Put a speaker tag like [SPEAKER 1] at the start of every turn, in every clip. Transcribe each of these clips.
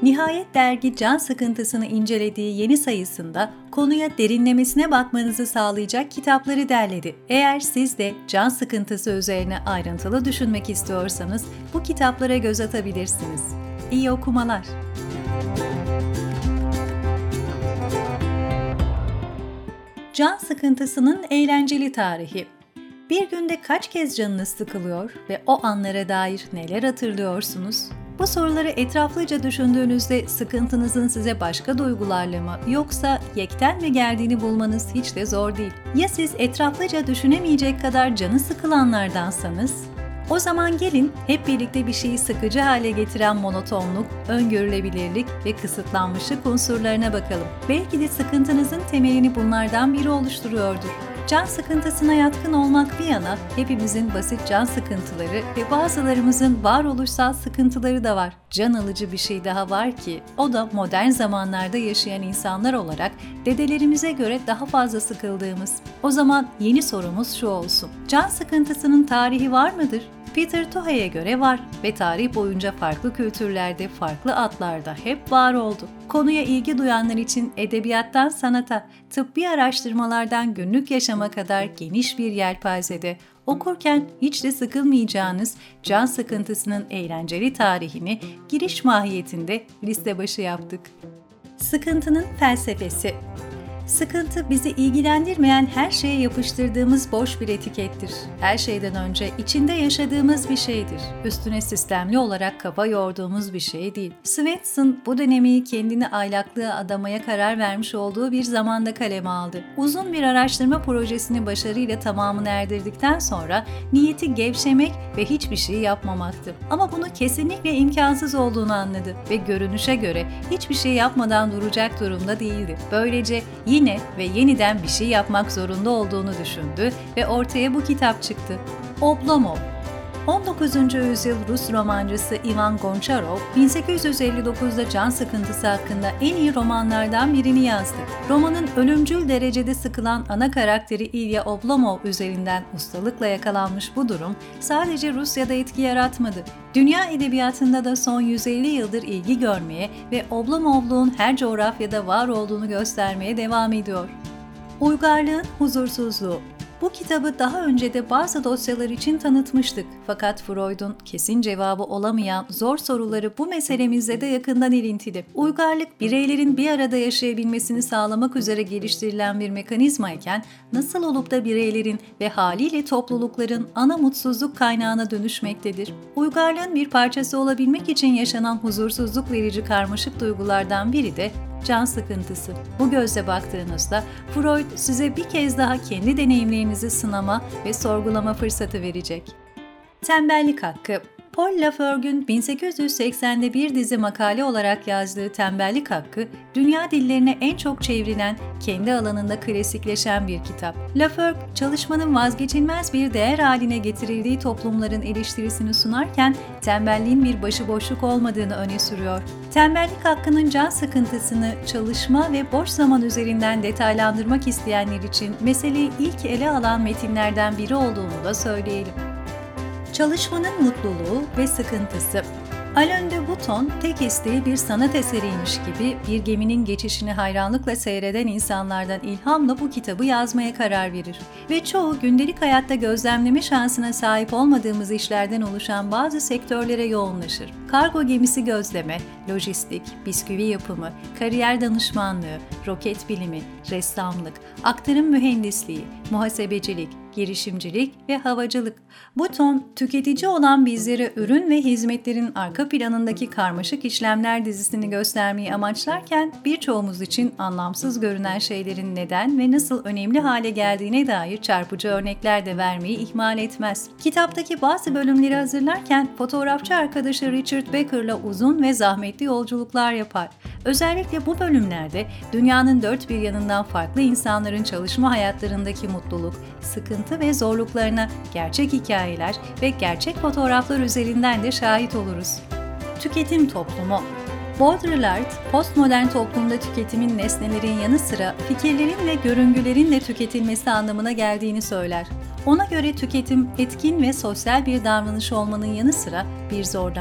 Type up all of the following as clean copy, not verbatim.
[SPEAKER 1] Nihayet dergi can sıkıntısını incelediği yeni sayısında konuya derinlemesine bakmanızı sağlayacak kitapları derledi. Eğer siz de can sıkıntısı üzerine ayrıntılı düşünmek istiyorsanız bu kitaplara göz atabilirsiniz. İyi okumalar. Can sıkıntısının eğlenceli tarihi. Bir günde kaç kez canınız sıkılıyor ve o anlara dair neler hatırlıyorsunuz? Bu soruları etraflıca düşündüğünüzde sıkıntınızın size başka duygularla mı yoksa yekten mi geldiğini bulmanız hiç de zor değil. Ya siz etraflıca düşünemeyecek kadar canı sıkılanlardansanız? O zaman gelin hep birlikte bir şeyi sıkıcı hale getiren monotonluk, öngörülebilirlik ve kısıtlanmışlık unsurlarına bakalım. Belki de sıkıntınızın temelini bunlardan biri oluşturuyordur. Can sıkıntısına yatkın olmak bir yana hepimizin basit can sıkıntıları ve bazılarımızın varoluşsal sıkıntıları da var. Can alıcı bir şey daha var ki o da modern zamanlarda yaşayan insanlar olarak dedelerimize göre daha fazla sıkıldığımız. O zaman yeni sorumuz şu olsun. Can sıkıntısının tarihi var mıdır? Peter Tohe'ye göre var ve tarih boyunca farklı kültürlerde, farklı adlarda hep var oldu. Konuya ilgi duyanlar için edebiyattan sanata, tıbbi araştırmalardan günlük yaşama kadar geniş bir yelpazede, okurken hiç de sıkılmayacağınız can sıkıntısının eğlenceli tarihini giriş mahiyetinde liste başı yaptık. Sıkıntının felsefesi. Sıkıntı bizi ilgilendirmeyen her şeye yapıştırdığımız boş bir etikettir. Her şeyden önce içinde yaşadığımız bir şeydir. Üstüne sistemli olarak kafa yorduğumuz bir şey değil. Swenson bu dönemi kendini aylaklığa adamaya karar vermiş olduğu bir zamanda kaleme aldı. Uzun bir araştırma projesini başarıyla tamamını erdirdikten sonra niyeti gevşemek ve hiçbir şey yapmamaktı. Ama bunu kesinlikle imkansız olduğunu anladı ve görünüşe göre hiçbir şey yapmadan duracak durumda değildi. Böylece yine ve yeniden bir şey yapmak zorunda olduğunu düşündü ve ortaya bu kitap çıktı. Oblomov. 19. yüzyıl Rus romancısı Ivan Goncharov, 1859'da can sıkıntısı hakkında en iyi romanlardan birini yazdı. Romanın ölümcül derecede sıkılan ana karakteri İlya Oblomov üzerinden ustalıkla yakalanmış bu durum sadece Rusya'da etki yaratmadı. Dünya edebiyatında da son 150 yıldır ilgi görmeye ve Oblomovluğun her coğrafyada var olduğunu göstermeye devam ediyor. Uygarlığın huzursuzluğu. Bu kitabı daha önce de bazı dosyalar için tanıtmıştık. Fakat Freud'un kesin cevabı olamayan zor soruları bu meselemizle de yakından ilintili. Uygarlık, bireylerin bir arada yaşayabilmesini sağlamak üzere geliştirilen bir mekanizma iken, nasıl olup da bireylerin ve haliyle toplulukların ana mutsuzluk kaynağına dönüşmektedir? Uygarlığın bir parçası olabilmek için yaşanan huzursuzluk verici karmaşık duygulardan biri de can sıkıntısı. Bu gözle baktığınızda Freud size bir kez daha kendi deneyimlerinizi sınama ve sorgulama fırsatı verecek. Tembellik hakkı. Paul Laforgue'ün 1880'de bir dizi makale olarak yazdığı Tembellik Hakkı, dünya dillerine en çok çevrilen, kendi alanında klasikleşen bir kitap. Laforgue, çalışmanın vazgeçilmez bir değer haline getirildiği toplumların eleştirisini sunarken, tembelliğin bir başıboşluk olmadığını öne sürüyor. Tembellik hakkının can sıkıntısını çalışma ve boş zaman üzerinden detaylandırmak isteyenler için meseleyi ilk ele alan metinlerden biri olduğunu da söyleyelim. Çalışmanın mutluluğu ve sıkıntısı. Alain de Botton, tek isteği bir sanat eseriymiş gibi bir geminin geçişini hayranlıkla seyreden insanlardan ilhamla bu kitabı yazmaya karar verir. Ve çoğu gündelik hayatta gözlemleme şansına sahip olmadığımız işlerden oluşan bazı sektörlere yoğunlaşır. Kargo gemisi gözleme, lojistik, bisküvi yapımı, kariyer danışmanlığı, roket bilimi, ressamlık, aktarım mühendisliği, muhasebecilik, girişimcilik ve havacılık. Botton, tüketici olan bizlere ürün ve hizmetlerin arka planındaki karmaşık işlemler dizisini göstermeyi amaçlarken birçoğumuz için anlamsız görünen şeylerin neden ve nasıl önemli hale geldiğine dair çarpıcı örnekler de vermeyi ihmal etmez. Kitaptaki bazı bölümleri hazırlarken fotoğrafçı arkadaşı Richard Becker'la uzun ve zahmetli yolculuklar yapar. Özellikle bu bölümlerde dünyanın dört bir yanından farklı insanların çalışma hayatlarındaki mutluluk, sıkıntı ve zorluklarına gerçek hikayeler ve gerçek fotoğraflar üzerinden de şahit oluruz. Tüketim toplumu. Baudrillard, postmodern toplumda tüketimin nesnelerin yanı sıra fikirlerin ve görüngülerin de tüketilmesi anlamına geldiğini söyler. Ona göre tüketim, etkin ve sosyal bir davranış olmanın yanı sıra bir zorlama,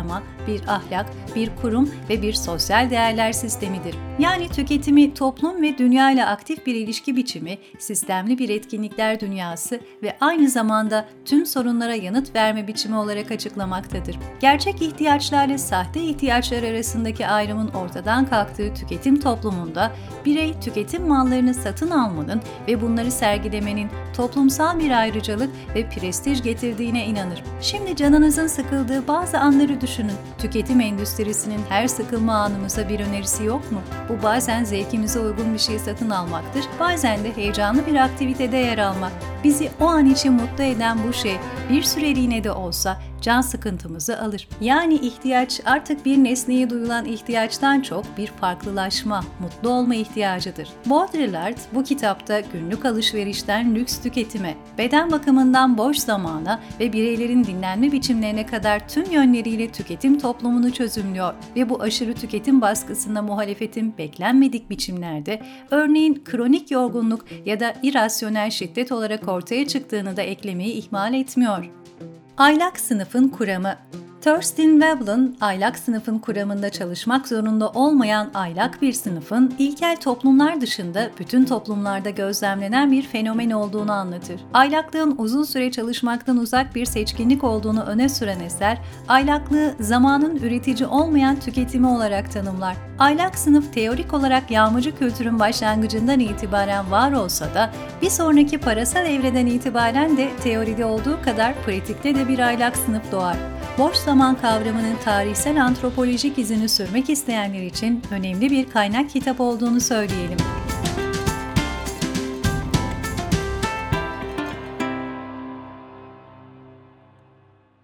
[SPEAKER 1] bir ahlak, bir kurum ve bir sosyal değerler sistemidir. Yani tüketimi toplum ve dünya ile aktif bir ilişki biçimi, sistemli bir etkinlikler dünyası ve aynı zamanda tüm sorunlara yanıt verme biçimi olarak açıklamaktadır. Gerçek ihtiyaçlarla sahte ihtiyaçlar arasındaki ayrımın ortadan kalktığı tüketim toplumunda birey tüketim mallarını satın almanın ve bunları sergilemenin toplumsal bir ayrıcalık ve prestij getirdiğine inanır. Şimdi canınızın sıkıldığı bazı anları düşünün. Tüketim endüstrisinin her sıkılma anımıza bir önerisi yok mu? Bu bazen zevkimize uygun bir şey satın almaktır, bazen de heyecanlı bir aktivitede yer almak. Bizi o an için mutlu eden bu şey bir süreliğine de olsa can sıkıntımızı alır. Yani ihtiyaç artık bir nesneye duyulan ihtiyaçtan çok bir farklılaşma, mutlu olma ihtiyacıdır. Baudrillard bu kitapta günlük alışverişten lüks tüketime, beden bakımından boş zamana ve bireylerin dinlenme biçimlerine kadar tüm yönleriyle tüketim toplumunu çözümlüyor ve bu aşırı tüketim baskısına muhalefetin beklenmedik biçimlerde, örneğin kronik yorgunluk ya da irasyonel şiddet olarak ortaya çıktığını da eklemeyi ihmal etmiyor. Aylak sınıfın kuramı. Thorstein Veblen, aylak sınıfın kuramında çalışmak zorunda olmayan aylak bir sınıfın ilkel toplumlar dışında bütün toplumlarda gözlemlenen bir fenomen olduğunu anlatır. Aylaklığın uzun süre çalışmaktan uzak bir seçkinlik olduğunu öne süren eser, aylaklığı zamanın üretici olmayan tüketimi olarak tanımlar. Aylak sınıf teorik olarak yağmacı kültürün başlangıcından itibaren var olsa da bir sonraki parasal evreden itibaren de teoride olduğu kadar pratikte de bir aylak sınıf doğar. Boş zaman kavramının tarihsel antropolojik izini sürmek isteyenler için önemli bir kaynak kitap olduğunu söyleyelim.